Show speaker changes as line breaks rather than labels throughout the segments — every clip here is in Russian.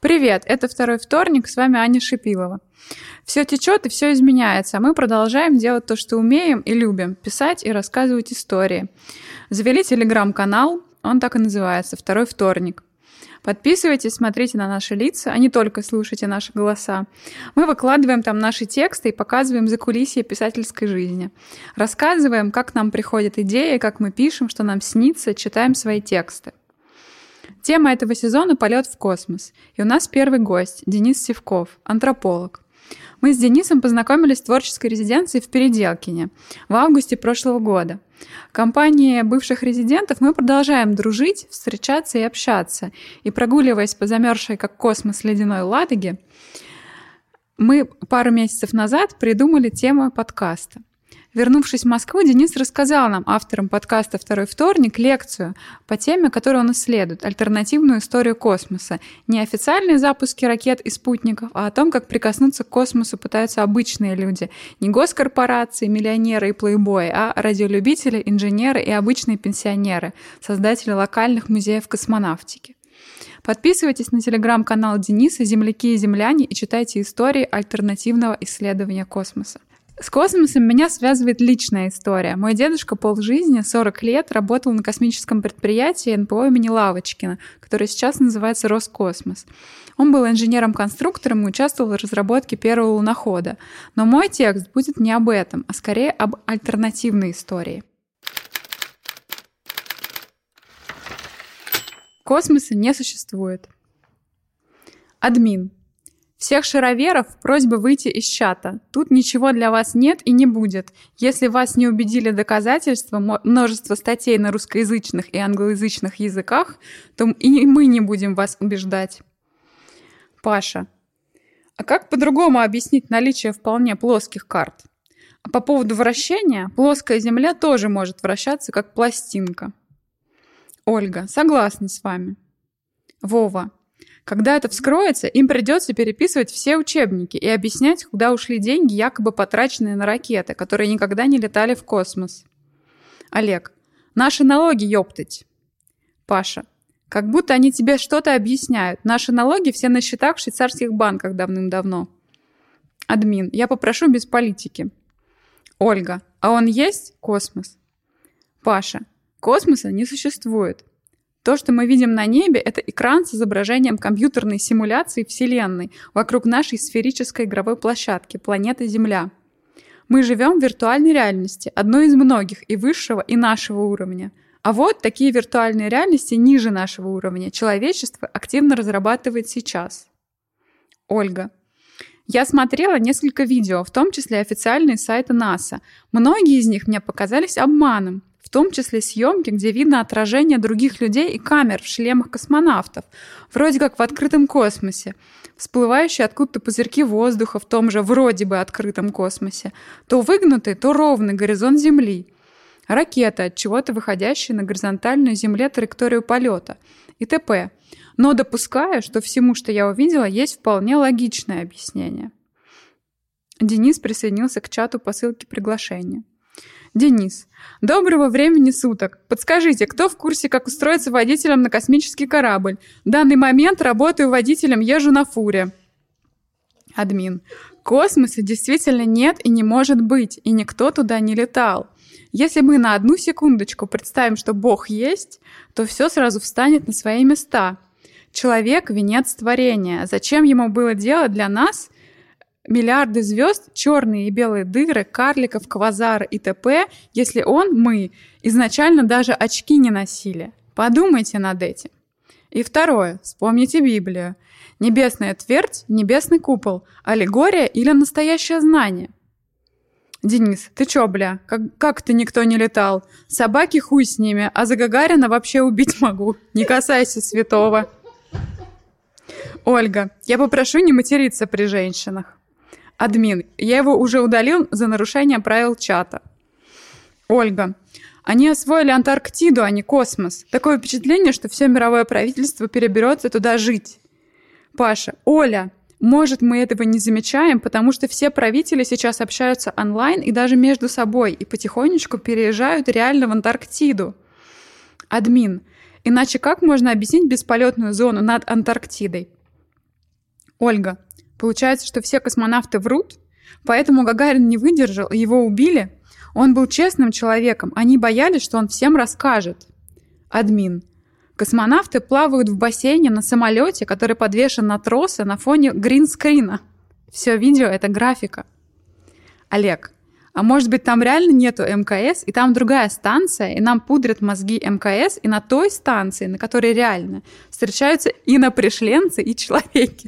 Привет, это второй вторник, с вами Аня Шипилова. Все течет и все изменяется, а мы продолжаем делать то, что умеем и любим, писать и рассказывать истории. Завели телеграм-канал, он так и называется «Второй вторник». Подписывайтесь, смотрите на наши лица, а не только слушайте наши голоса. Мы выкладываем там наши тексты и показываем закулисье писательской жизни. Рассказываем, как нам приходят идеи, как мы пишем, что нам снится, читаем свои тексты. Тема этого сезона — полет в космос. И у нас первый гость — Денис Сивков, антрополог. Мы с Денисом познакомились в творческой резиденции в Переделкине в августе прошлого года. В компании бывших резидентов мы продолжаем дружить, встречаться и общаться. И прогуливаясь по замерзшей, как космос, ледяной Ладоге, мы пару месяцев назад придумали тему подкаста. Вернувшись в Москву, Денис рассказал нам, авторам подкаста «Второй вторник», лекцию по теме, которую он исследует — альтернативную историю космоса. Не официальные запуски ракет и спутников, а о том, как прикоснуться к космосу пытаются обычные люди. Не госкорпорации, миллионеры и плейбои, а радиолюбители, инженеры и обычные пенсионеры, создатели локальных музеев космонавтики. Подписывайтесь на телеграм-канал Дениса «Земляки и земляне» и читайте истории альтернативного исследования космоса. С космосом меня связывает личная история. Мой дедушка полжизни, 40 лет, работал на космическом предприятии НПО имени Лавочкина, которое сейчас называется Роскосмос. Он был инженером-конструктором и участвовал в разработке первого лунохода. Но мой текст будет не об этом, а скорее об альтернативной истории. Космоса не существует. Админ. Всех шароверов просьба выйти из чата. Тут ничего для вас нет и не будет. Если вас не убедили доказательства, множество статей на русскоязычных и англоязычных языках, то и мы не будем вас убеждать. Паша. А как по-другому объяснить наличие вполне плоских карт? А по поводу вращения, плоская Земля тоже может вращаться как пластинка. Ольга. Согласна с вами. Вова. Когда это вскроется, им придется переписывать все учебники и объяснять, куда ушли деньги, якобы потраченные на ракеты, которые никогда не летали в космос. Олег. Наши налоги, ёптать. Паша. Как будто они тебе что-то объясняют. Наши налоги все на счетах в швейцарских банках давным-давно. Админ. Я попрошу без политики. Ольга. А он есть, космос? Паша. Космоса не существует. То, что мы видим на небе, это экран с изображением компьютерной симуляции Вселенной вокруг нашей сферической игровой площадки, планеты Земля. Мы живем в виртуальной реальности, одной из многих, и высшего, и нашего уровня. А вот такие виртуальные реальности ниже нашего уровня человечество активно разрабатывает сейчас. Ольга. Я смотрела несколько видео, в том числе официальные сайты НАСА. Многие из них мне показались обманом. В том числе съемки, где видно отражение других людей и камер в шлемах космонавтов, вроде как в открытом космосе, всплывающие откуда-то пузырьки воздуха в том же вроде бы открытом космосе, то выгнутый, то ровный горизонт Земли, ракета, от чего-то выходящая на горизонтальную Земле траекторию полета и т.п. Но допускаю, что всему, что я увидела, есть вполне логичное объяснение. Денис присоединился к чату по ссылке приглашения. Денис. Доброго времени суток. Подскажите, кто в курсе, как устроиться водителем на космический корабль? В данный момент работаю водителем, езжу на фуре. Админ. Космоса действительно нет и не может быть, и никто туда не летал. Если мы на одну секундочку представим, что Бог есть, то все сразу встанет на свои места. Человек — венец творения. Зачем ему было делать для нас миллиарды звезд, черные и белые дыры, карликов, квазары и т.п., если мы, изначально даже очки не носили? Подумайте над этим. И второе. Вспомните Библию. Небесная твердь, небесный купол. Аллегория или настоящее знание? Денис, ты чё, бля? Как-то никто не летал? Собаки хуй с ними, а за Гагарина вообще убить могу. Не касайся святого. Ольга, я попрошу не материться при женщинах. Админ, я его уже удалил за нарушение правил чата. Ольга, они освоили Антарктиду, а не космос. Такое впечатление, что все мировое правительство переберется туда жить. Паша, Оля, может, мы этого не замечаем, потому что все правители сейчас общаются онлайн и даже между собой, и потихонечку переезжают реально в Антарктиду. Админ, иначе как можно объяснить бесполетную зону над Антарктидой? Ольга. Получается, что все космонавты врут? Поэтому Гагарин не выдержал, и его убили? Он был честным человеком, они боялись, что он всем расскажет. Админ. Космонавты плавают в бассейне на самолете, который подвешен на тросы на фоне гринскрина. Все видео — это графика. Олег. А может быть, там реально нету МКС, и там другая станция, и нам пудрят мозги МКС, и на той станции, на которой реально встречаются инопришленцы и человеки.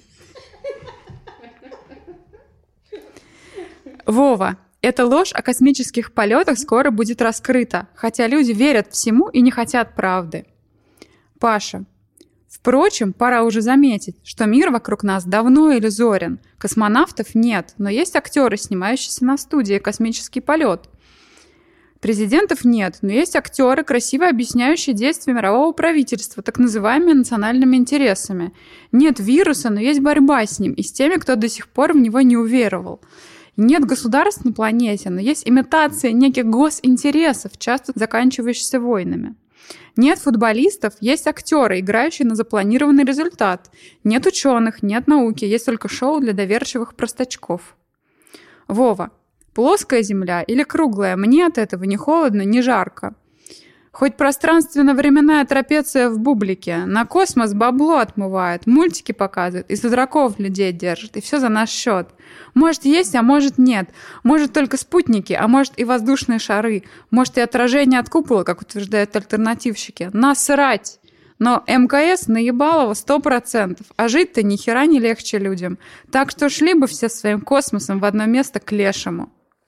Вова. Эта ложь о космических полетах скоро будет раскрыта, хотя люди верят всему и не хотят правды. Паша. Впрочем, пора уже заметить, что мир вокруг нас давно иллюзорен. Космонавтов нет, но есть актеры, снимающиеся на студии «Космический полет». Президентов нет, но есть актеры, красиво объясняющие действия мирового правительства, так называемыми национальными интересами. Нет вируса, но есть борьба с ним и с теми, кто до сих пор в него не уверовал. Нет государств на планете, но есть имитация неких госинтересов, часто заканчивающихся войнами. Нет футболистов, есть актеры, играющие на запланированный результат. Нет ученых, нет науки, есть только шоу для доверчивых простачков. Вова. Плоская Земля или круглая? Мне от этого ни холодно, ни жарко. Хоть пространственно-временная трапеция в бублике, на космос бабло отмывает, мультики показывают, из дудраков людей держат, и все за наш счет. Может есть, а может нет. Может только спутники, а может и воздушные шары. Может и отражение от купола, как утверждают альтернативщики. Насрать! Но МКС наебалово 100%, а жить-то ни хера не легче людям. Так что шли бы все своим космосом в одно место к лешему.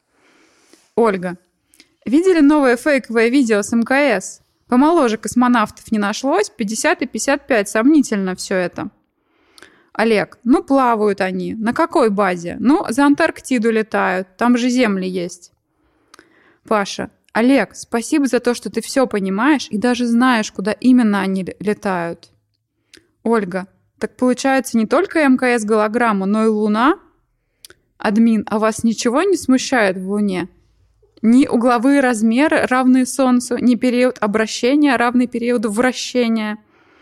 Ольга. Видели новое фейковое видео с МКС? Помоложе космонавтов не нашлось, 50 и 55, сомнительно все это. Олег, ну плавают они. На какой базе? Ну, за Антарктиду летают, там же земли есть. Паша, Олег, спасибо за то, что ты все понимаешь и даже знаешь, куда именно они летают. Ольга, так получается не только МКС голограмма, но и Луна? Админ, а вас ничего не смущает в Луне? Ни угловые размеры, равные Солнцу, ни период обращения, равный периоду вращения.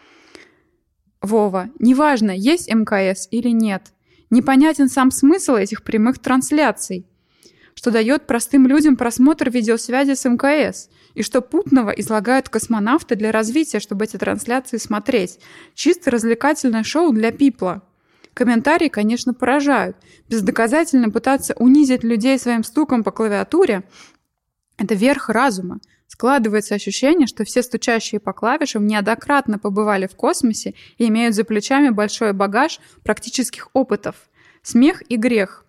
Вова, неважно, есть МКС или нет. Непонятен сам смысл этих прямых трансляций, что дает простым людям просмотр видеосвязи с МКС, и что путного излагают космонавты для развития, чтобы эти трансляции смотреть. Чисто развлекательное шоу для пипла. Комментарии, конечно, поражают. Бездоказательно пытаться унизить людей своим стуком по клавиатуре – это верх разума. Складывается ощущение, что все стучащие по клавишам неоднократно побывали в космосе и имеют за плечами большой багаж практических опытов. Смех и грех.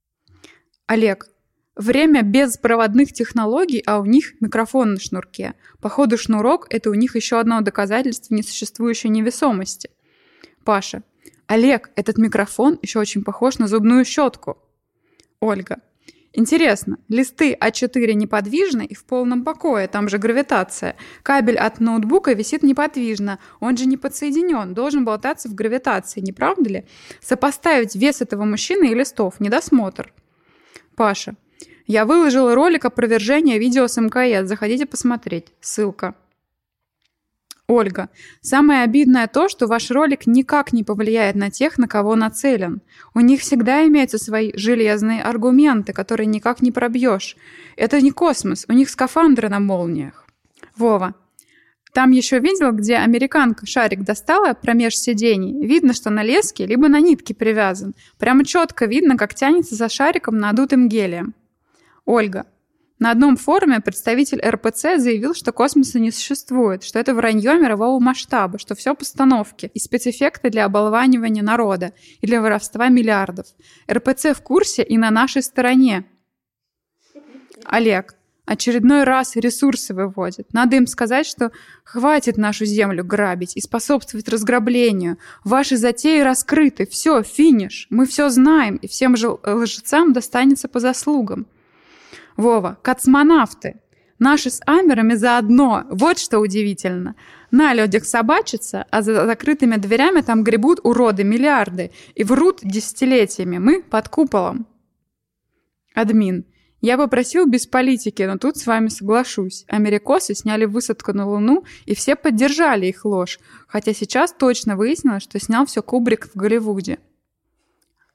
Олег. Время без проводных технологий, а у них микрофон на шнурке. Походу, шнурок – это у них еще одно доказательство несуществующей невесомости. Паша. Олег, этот микрофон еще очень похож на зубную щетку. Ольга. Интересно, листы А4 неподвижны и в полном покое, там же гравитация. Кабель от ноутбука висит неподвижно, он же не подсоединен, должен болтаться в гравитации, не правда ли? Сопоставить вес этого мужчины и листов – недосмотр. Паша. Я выложила ролик опровержения видео с МКС, заходите посмотреть. Ссылка. Ольга. Самое обидное то, что ваш ролик никак не повлияет на тех, на кого нацелен. У них всегда имеются свои железные аргументы, которые никак не пробьешь. Это не космос, у них скафандры на молниях. Вова. Там еще видел, где американка шарик достала промеж сидений. Видно, что на леске либо на нитке привязан. Прямо четко видно, как тянется за шариком надутым гелием. Ольга. На одном форуме представитель РПЦ заявил, что космоса не существует, что это вранье мирового масштаба, что все постановки и спецэффекты для оболванивания народа и для воровства миллиардов. РПЦ в курсе и на нашей стороне. Олег. Очередной раз ресурсы выводят. Надо им сказать, что хватит нашу землю грабить и способствовать разграблению. Ваши затеи раскрыты. Все, финиш. Мы все знаем, и всем же лжецам достанется по заслугам. Вова, космонавты. Наши с Амерами заодно. Вот что удивительно. На людях собачатся, а за закрытыми дверями там гребут уроды миллиарды и врут десятилетиями. Мы под куполом. Админ. Я попросил без политики, но тут с вами соглашусь. Америкосы сняли высадку на Луну, и все поддержали их ложь. Хотя сейчас точно выяснилось, что снял все Кубрик в Голливуде.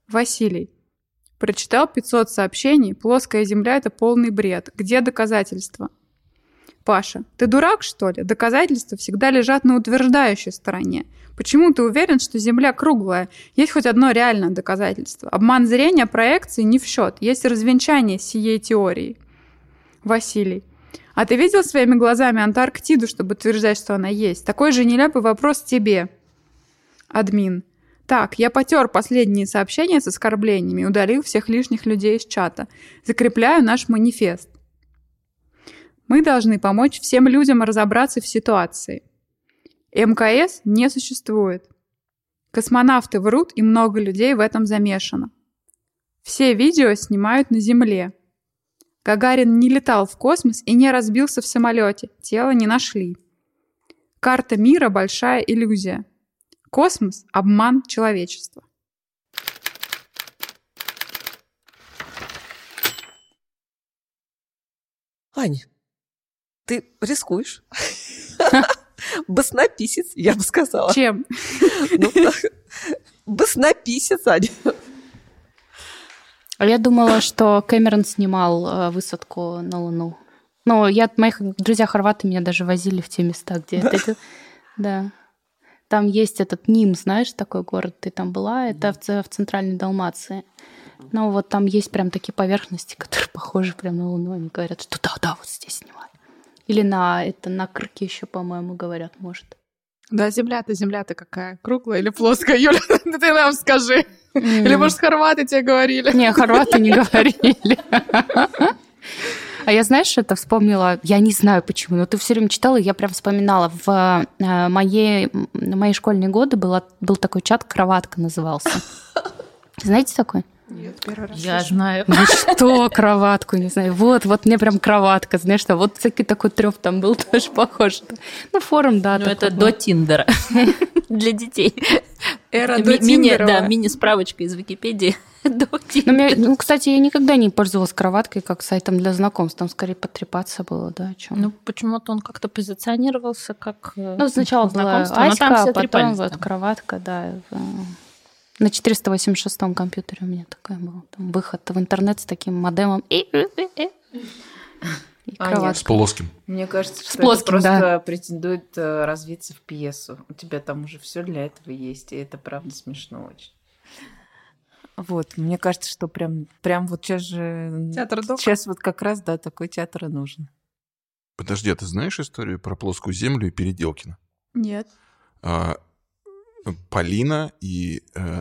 Василий. Прочитал 500 сообщений, плоская Земля — это полный бред. Где доказательства? Паша. Ты дурак, что ли? Доказательства всегда лежат на утверждающей стороне. Почему ты уверен, что Земля круглая? Есть хоть одно реальное доказательство. Обман зрения, проекции не в счет. Есть развенчание сией теории. Василий. А ты видел своими глазами Антарктиду, чтобы утверждать, что она есть? Такой же нелепый вопрос тебе. Админ. Так, я потер последние сообщения с оскорблениями и удалил всех лишних людей из чата. Закрепляю наш манифест. Мы должны помочь всем людям разобраться в ситуации. МКС не существует. Космонавты врут, и много людей в этом замешано. Все видео снимают на Земле. Гагарин не летал в космос и не разбился в самолете. Тело не нашли. Карта мира – большая иллюзия. Космос – обман человечества.
Ань, ты рискуешь? Баснописец, я бы сказала.
Чем?
Баснописец, Аня.
А я думала, что Кэмерон снимал высадку на Луну. Ну, моих друзья хорваты меня даже возили в те места, где это... Да. Там есть этот Ним, знаешь, такой город, ты там была, это в Центральной Далмации. Ну, вот там есть прям такие поверхности, которые похожи прям на Луну. Они говорят, что да, вот здесь снимали. Или на Крке еще, по-моему, говорят, может.
Да, земля-то какая? Круглая или плоская, Юля? Ты нам скажи. Или, может, хорваты тебе говорили?
Не, хорваты не говорили. А я, знаешь, это вспомнила, я не знаю почему, но ты все время читала, и я прям вспоминала. В мои школьные годы был такой чат «Кроватка» назывался. Знаете такой?
Нет, первый раз.
Я знаю.
Ну что, кроватку, не знаю. Вот мне прям кроватка, знаешь, что вот всякий такой трёп там был, тоже похож. Ну, форум, да.
Ну, это до Тиндера для детей.
Эра до Тиндера.
Да, мини-справочка из Википедии до Тиндера.
Ну, кстати, я никогда не пользовалась кроваткой как сайтом для знакомств. Там скорее потрепаться было, да, о чём.
Ну, почему-то он как-то позиционировался как
Ну, сначала была Аська, а потом вот кроватка, да. На 486-м компьютере у меня такой был. Там выход в интернет с таким модемом. И кроватка.
С плоским.
Мне кажется, что
плоским,
это просто
да.
претендует развиться в пьесу. У тебя там уже все для этого есть, и это правда смешно очень. Вот, мне кажется, что прям вот сейчас же...
Театр Док.
Сейчас вот как раз, да, такой театр и нужен.
Подожди, а ты знаешь историю про плоскую землю и Переделкина?
Нет.
Полина и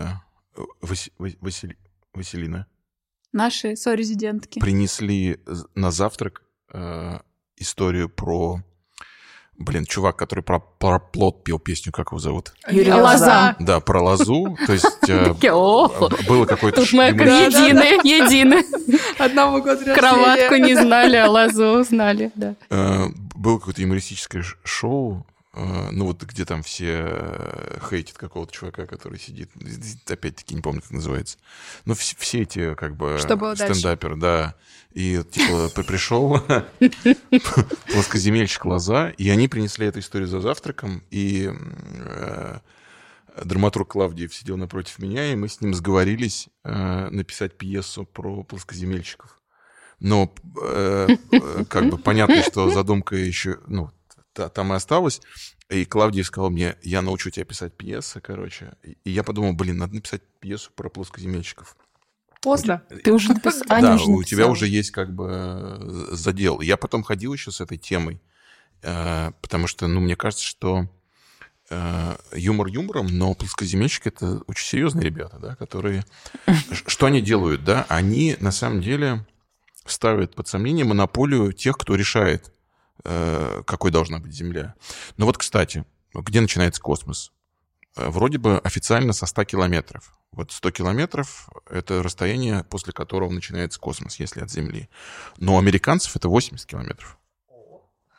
Василина
Наши сорезидентки.
принесли на завтрак историю про... чувак, который про плод пел песню, как его зовут?
Юрий
Лоза.
Да, про лозу. То есть было какое-то...
Тут мы как едины.
Одного года рождения.
Кроватку не знали, а лозу знали, да.
Было какое-то юмористическое шоу, ну вот где там все хейтят какого-то чувака, который сидит. Опять-таки не помню, как называется. Но все эти как бы
Что было дальше?
стендаперы, да. И типа пришел плоскоземельщик Лоза, и они принесли эту историю за завтраком, и драматург Клавдиев сидел напротив меня, и мы с ним сговорились написать пьесу про плоскоземельщиков. Но как бы понятно, что задумка еще, там и осталась. И Клавдий сказал мне, я научу тебя писать пьесы, короче. И я подумал, надо написать пьесу про плоскоземельщиков.
Поздно.
Ты уже написал?
Да, у тебя уже есть как бы задел. Я потом ходил еще с этой темой, потому что, мне кажется, что юмор юмором, но плоскоземельщики — это очень серьезные ребята, да, которые... Что они делают, да? Они, на самом деле, ставят под сомнение монополию тех, кто решает, какой должна быть Земля. Но вот, кстати, где начинается космос? Вроде бы официально со 100 километров. Вот 100 километров — это расстояние, после которого начинается космос, если от Земли. Но у американцев это 80 километров.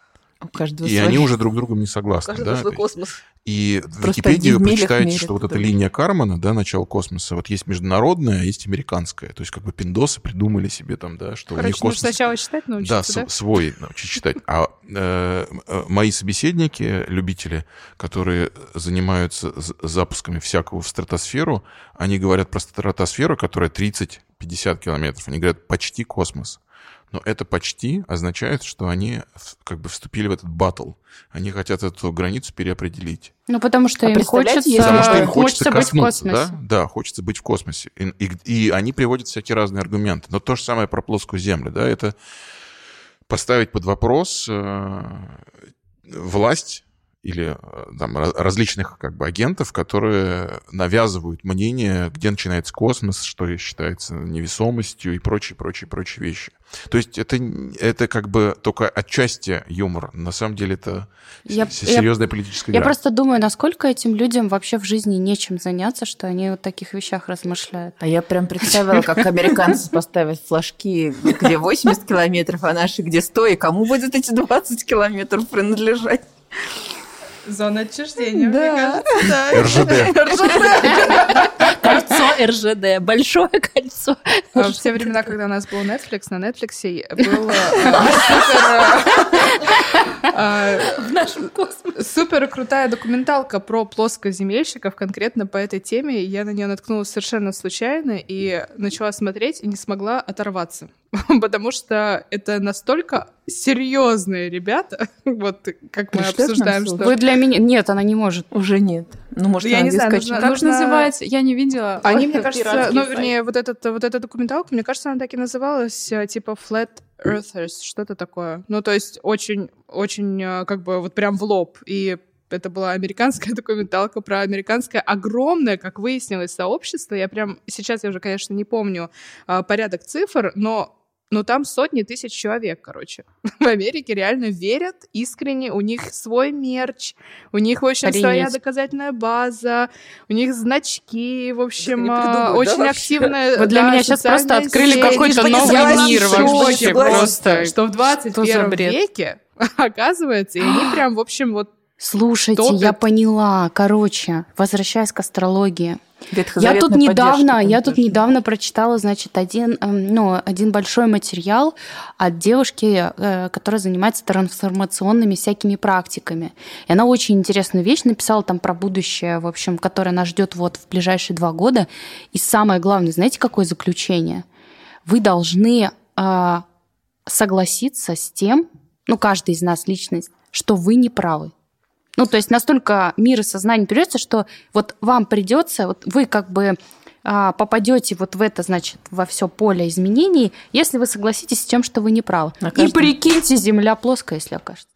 У каждого
И
свой.
они уже друг с другом не согласны.
Каждый
Да?
свой космос.
И в
Просто
Википедии вы
один в милях
прочитаете,
мерят,
что вот эта
другой.
линия Кармана, да, начало космоса, вот есть международная, а есть американская. То есть как бы пиндосы придумали себе там, да, что у них
Короче, нужно
космос...
сначала читать
Да,
научиться, да?
свой научить читать. А мои собеседники, любители, которые занимаются запусками всякого в стратосферу, они говорят про стратосферу, которая 30-50 километров. Они говорят почти космос. Но это почти означает, что они как бы вступили в этот баттл. Они хотят эту границу переопределить.
Ну, потому что им
представляете,
хочется,
если-
Потому что им хочется
быть в
коснуться,
космосе.
да, хочется быть в космосе. И они приводят всякие разные аргументы. Но то же самое про плоскую Землю, да, это поставить под вопрос власть или там, различных как бы агентов, которые навязывают мнение, где начинается космос, что считается невесомостью и прочие вещи. То есть это как бы только отчасти юмор. На самом деле это серьезная политическая игра.
Я просто думаю, насколько этим людям вообще в жизни нечем заняться, что они вот о таких вещах размышляют.
А я прям представила, как американцы поставят флажки, где 80 километров, а наши где 100, и кому будут эти 20 километров принадлежать?
Зона отчуждения,
Да.
мне кажется, да.
РЖД.
Кольцо РЖД, большое кольцо.
В те времена, когда у нас был Netflix, на Netflix был
В нашем космосе.
супер крутая документалка про плоскоземельщиков, конкретно по этой теме. Я на нее наткнулась совершенно случайно и начала смотреть и не смогла оторваться. Потому что это настолько серьезные ребята, вот как мы
Пришлёт
обсуждаем,
нам
что...
Вы для меня... Нет, она не может.
Уже нет. Ну, может,
Я
она
не знаю,
скачет.
Как
нужно-
называется? Я не видела.
Они, мне кажется,
Пиратский
ну,
сайт.
вернее, вот эта документалка, мне кажется, она так и называлась, типа Flat Earthers, что-то такое. Ну, то есть очень, как бы, вот прям в лоб. И это была американская документалка про американское огромное, как выяснилось, сообщество. Сейчас я уже, конечно, не помню порядок цифр, но там сотни тысяч человек, короче. В Америке реально верят искренне, у них свой мерч, у них, в общем, своя
Охренеть.
доказательная база, у них значки, в общем,
не придумают, да,
очень
вообще?
активная...
Вы для
да,
меня сейчас просто
социальная
открыли
сеть.
какой-то
лишь бы не
новый
согласиться,
мир
лишь бы не
вообще
согласиться.
просто.
Что в
Что за
21
бред?
веке, оказывается, и они прям, в общем, вот...
Слушайте,
Топит.
я поняла. Короче, возвращаясь к астрологии. Я
Ветхозаветная
тут
поддержка,
недавно прочитала, значит, один большой материал от девушки, которая занимается трансформационными всякими практиками. И она очень интересную вещь написала там про будущее, в общем, которое нас ждет вот в ближайшие 2 года. И самое главное, знаете, какое заключение? Вы должны согласиться с тем, каждый из нас личность, что вы не правы. Ну, то есть настолько мир и сознание придется, что вот вам придется, вот вы как бы попадете вот в это, значит, во все поле изменений, если вы согласитесь с тем, что вы не правы. И прикиньте, Земля плоская, если окажется.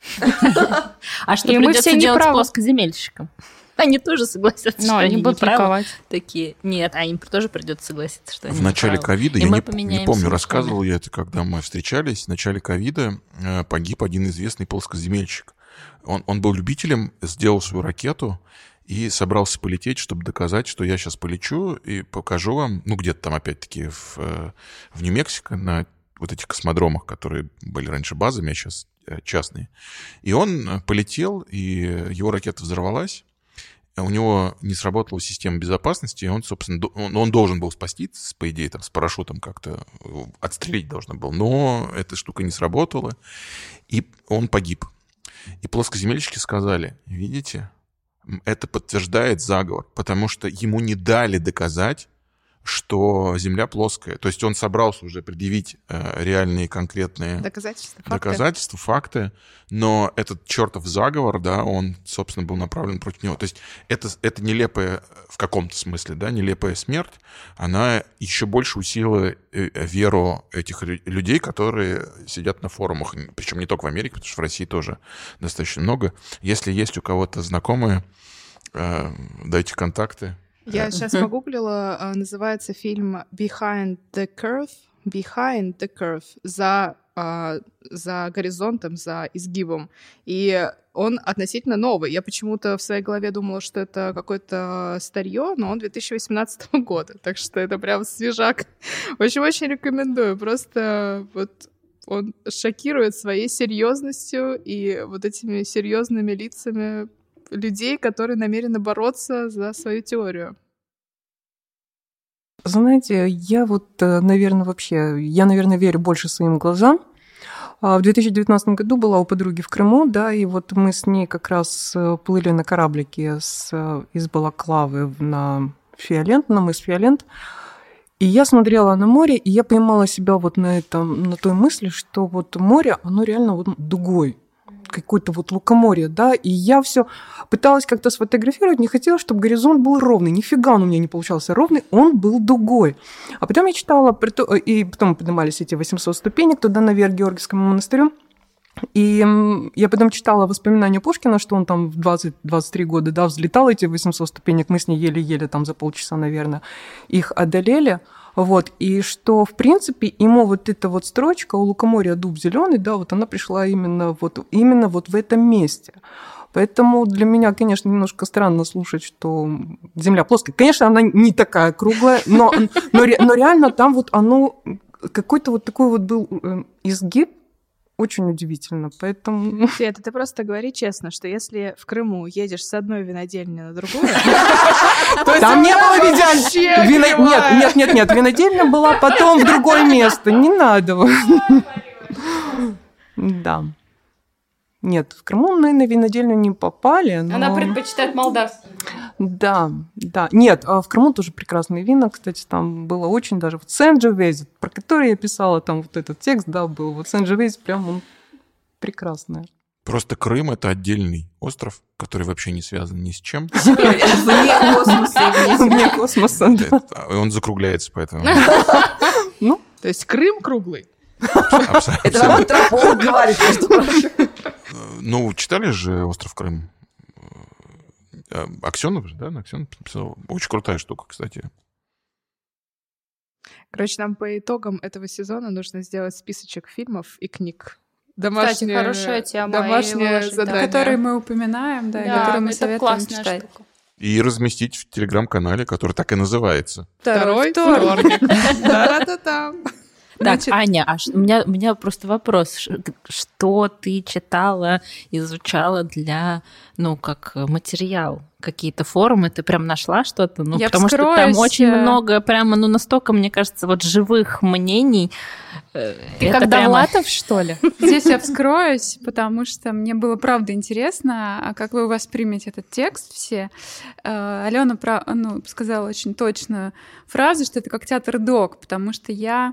А что
И мы
придется
все
делать с
неправы.
плоскоземельщикам? Они тоже согласятся, что
Но они будут
неправы.
ликовать.
Такие, нет, а им тоже придется согласиться, что они
В начале
неправы.
ковида,
И
я
мы
не
поменяемся
помню,
местами.
рассказывал я это, когда мы встречались, в начале ковида погиб один известный плоскоземельщик. Он был любителем, сделал свою ракету и собрался полететь, чтобы доказать, что я сейчас полечу и покажу вам, где-то там опять-таки в Нью-Мексико, на вот этих космодромах, которые были раньше базами, а сейчас частные. И он полетел, и его ракета взорвалась. У него не сработала система безопасности, и он, собственно, он должен был спастись, по идее, там, с парашютом как-то отстрелить должен был, но эта штука не сработала, и он погиб. И плоскоземельщики сказали, видите, это подтверждает заговор, потому что ему не дали доказать, что Земля плоская. То есть он собрался уже предъявить реальные конкретные доказательства, факты, но этот чертов заговор, да, он, собственно, был направлен против него. То есть это нелепая, в каком-то смысле, да, нелепая смерть, она еще больше усилила веру этих людей, которые сидят на форумах, причем не только в Америке, потому что в России тоже достаточно много. Если есть у кого-то знакомые, дайте контакты.
Я сейчас погуглила, называется фильм Behind the Curve, за горизонтом, за изгибом. И он относительно новый. Я почему-то в своей голове думала, что это какое-то старье, но он 2018 года, так что это прям свежак. В общем, очень рекомендую. Просто вот он шокирует своей серьезностью и вот этими серьезными лицами людей, которые намерены бороться за свою теорию.
Знаете, я наверное, верю больше своим глазам. В 2019 году была у подруги в Крыму, да, и вот мы с ней как раз плыли на кораблике из Балаклавы на Фиолент, на мыс Фиолент. И я смотрела на море, и я поймала себя вот на той мысли, что вот море, оно реально вот дугой, какое-то вот лукоморье, да, и я все пыталась как-то сфотографировать, не хотела, чтобы горизонт был ровный, нифига он у меня не получался ровный, он был дугой. А потом я читала, и потом поднимались эти 800 ступенек туда наверх, к Георгиевскому монастырю, и я потом читала воспоминания Пушкина, что он там в 20-23 года, да, взлетал эти 800 ступенек, мы с ней еле-еле там за полчаса, наверное, их одолели, вот, и что, в принципе, ему вот эта вот строчка «У лукоморья дуб зеленый», да, вот она пришла именно вот в этом месте. Поэтому для меня, конечно, немножко странно слушать, что Земля плоская. Конечно, она не такая круглая, но реально там вот оно, какой-то вот такой вот был изгиб, очень удивительно, поэтому...
Света, ты просто говори честно, что если в Крыму едешь с одной винодельни на другую...
Там не было винодельни. Нет, винодельня была потом в другое место. Не надо. Да. Нет, в Крыму мы на винодельню не попали.
Она предпочитает молдавскую.
Да. Нет, в Крыму тоже прекрасные вина. Кстати, там было очень даже... Вот Сен-Джовези, про который я писала, там вот этот текст, да, был. Вот Сен-Джовези прям он прекрасный.
Просто Крым — это отдельный остров, который вообще не связан ни с чем.
Вне космоса, да.
Он закругляется, поэтому...
То есть Крым круглый.
Это вам антрополог говорит, между прочим.
Ну, читали же «Остров Крым»? Аксенов же, да? Аксенов написал. Очень крутая штука, кстати.
Короче, нам по итогам этого сезона нужно сделать списочек фильмов и книг.
Кстати, хорошая тема.
Домашнее задание.
Которые мы упоминаем, да, и которые мы советуем читать.
Штука.
И разместить в телеграм-канале, который так и называется.
Второй вторник. Да-да-да.
Так, Аня, у меня просто вопрос. Что ты читала, изучала для, как материал? Какие-то форумы? Ты прям нашла что-то? Потому что там очень много, прямо, настолько, мне кажется, вот живых мнений.
Ты как Довлатов, что ли?
Здесь я вскроюсь, потому что мне было правда интересно, как вы воспримете этот текст все. Алена сказала очень точную фразу, что это как театр-дог, потому что я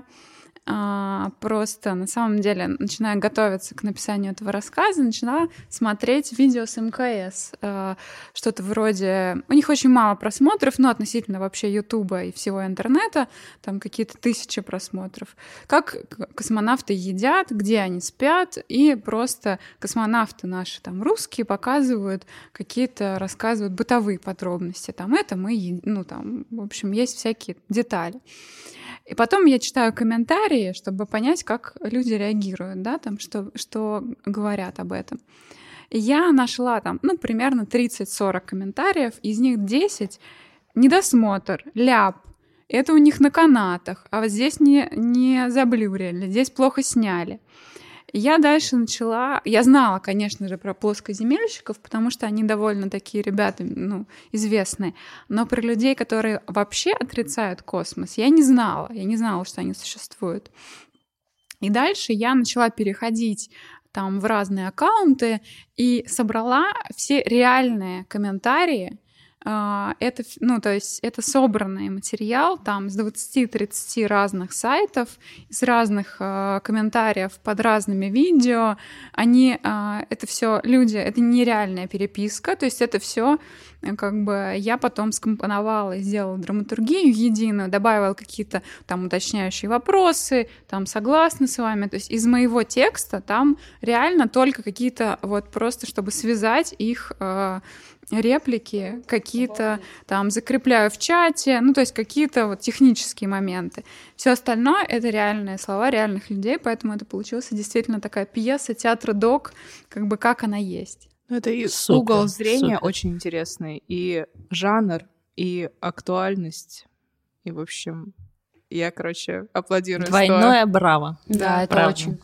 просто на самом деле, начиная готовиться к написанию этого рассказа, начала смотреть видео с МКС. Что-то вроде... У них очень мало просмотров, относительно вообще Ютуба и всего интернета, там какие-то 1000 просмотров. Как космонавты едят, где они спят, и просто космонавты наши там русские показывают какие-то, рассказывают бытовые подробности. Там это мы... в общем, есть всякие детали. И потом я читаю комментарии, чтобы понять, как люди реагируют, да, там, что говорят об этом. И я нашла там, примерно 30-40 комментариев, из них 10 — недосмотр, ляп, это у них на канатах, а вот здесь не заблюрили, здесь плохо сняли. Я дальше начала... Я знала, конечно же, про плоскоземельщиков, потому что они довольно такие ребята, известные. Но про людей, которые вообще отрицают космос, я не знала. Я не знала, что они существуют. И дальше я начала переходить там в разные аккаунты и собрала все реальные комментарии. Это, то есть это собранный материал там с 20-30 разных сайтов, с разных комментариев под разными видео. Это все люди, это нереальная переписка, то есть это все я потом скомпоновала и сделала драматургию единую, добавила какие-то там уточняющие вопросы, там согласна с вами, то есть из моего текста там реально только какие-то просто чтобы связать их реплики, какие-то там закрепляю в чате, то есть какие-то технические моменты. Все остальное — это реальные слова реальных людей, поэтому это получилась действительно такая пьеса, театр-дог, как она есть.
Это и угол зрения очень интересный, и жанр, и актуальность, и, в общем, я, аплодирую.
Двойное браво.
Да, это
браво.
очень...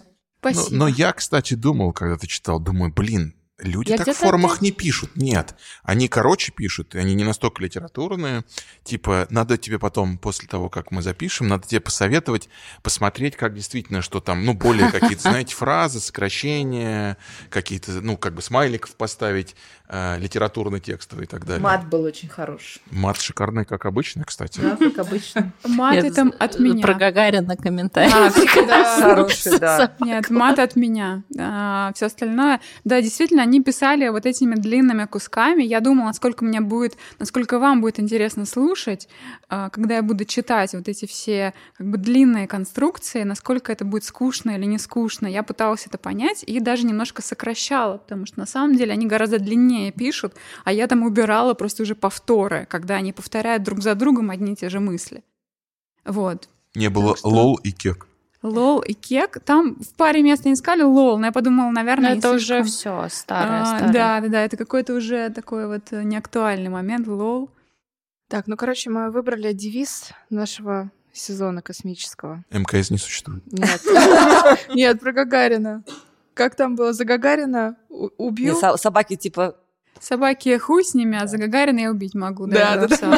Спасибо.
Но я, кстати, думал, когда ты читал, думаю, люди
Я
так в
где-то
форумах
опять-
не пишут. Нет, они короче пишут, и они не настолько литературные. Типа, надо тебе потом, после того, как мы запишем, надо тебе посоветовать, посмотреть, как действительно, что там, более какие-то, знаете, фразы, сокращения, какие-то, смайликов поставить, литературно-текстовые и так далее.
Мат был очень хорош.
Мат шикарный, как обычно, кстати.
Да, как обычно.
Мат
Я
это от меня.
Про Гагарина комментарий.
Хороший, да.
Нет, мат от меня. Все остальное. Да, действительно, они писали вот этими длинными кусками. Я думала, насколько вам будет интересно слушать, когда я буду читать вот эти все длинные конструкции, насколько это будет скучно или не скучно. Я пыталась это понять и даже немножко сокращала, потому что на самом деле они гораздо длиннее пишут, а я там убирала просто уже повторы, когда они повторяют друг за другом одни и те же мысли. Вот.
Не было
что-
лол и кек.
Лол и кек. Там в паре мест они сказали лол, но я подумала,
Ну,
наверное,
это
не
уже
слишком.
все старое.
Да, это какой-то уже такой вот неактуальный момент, лол.
Так, мы выбрали девиз нашего сезона космического.
МКС не существует.
Нет. Нет, про Гагарина. Как там было? За Гагарина убью?
Не, собаки типа...
Собаки хуй с ними, а за Гагарина я убить могу.
Да.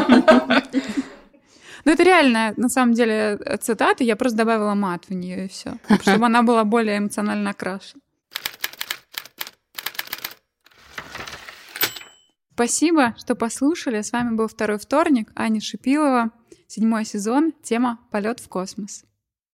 Ну, это реально, на самом деле, цитата. Я просто добавила мат в нее и все, чтобы она была более эмоционально окрашена. Спасибо, что послушали. С вами был второй вторник. Аня Шипилова. 7 сезон. Тема «Полет в космос».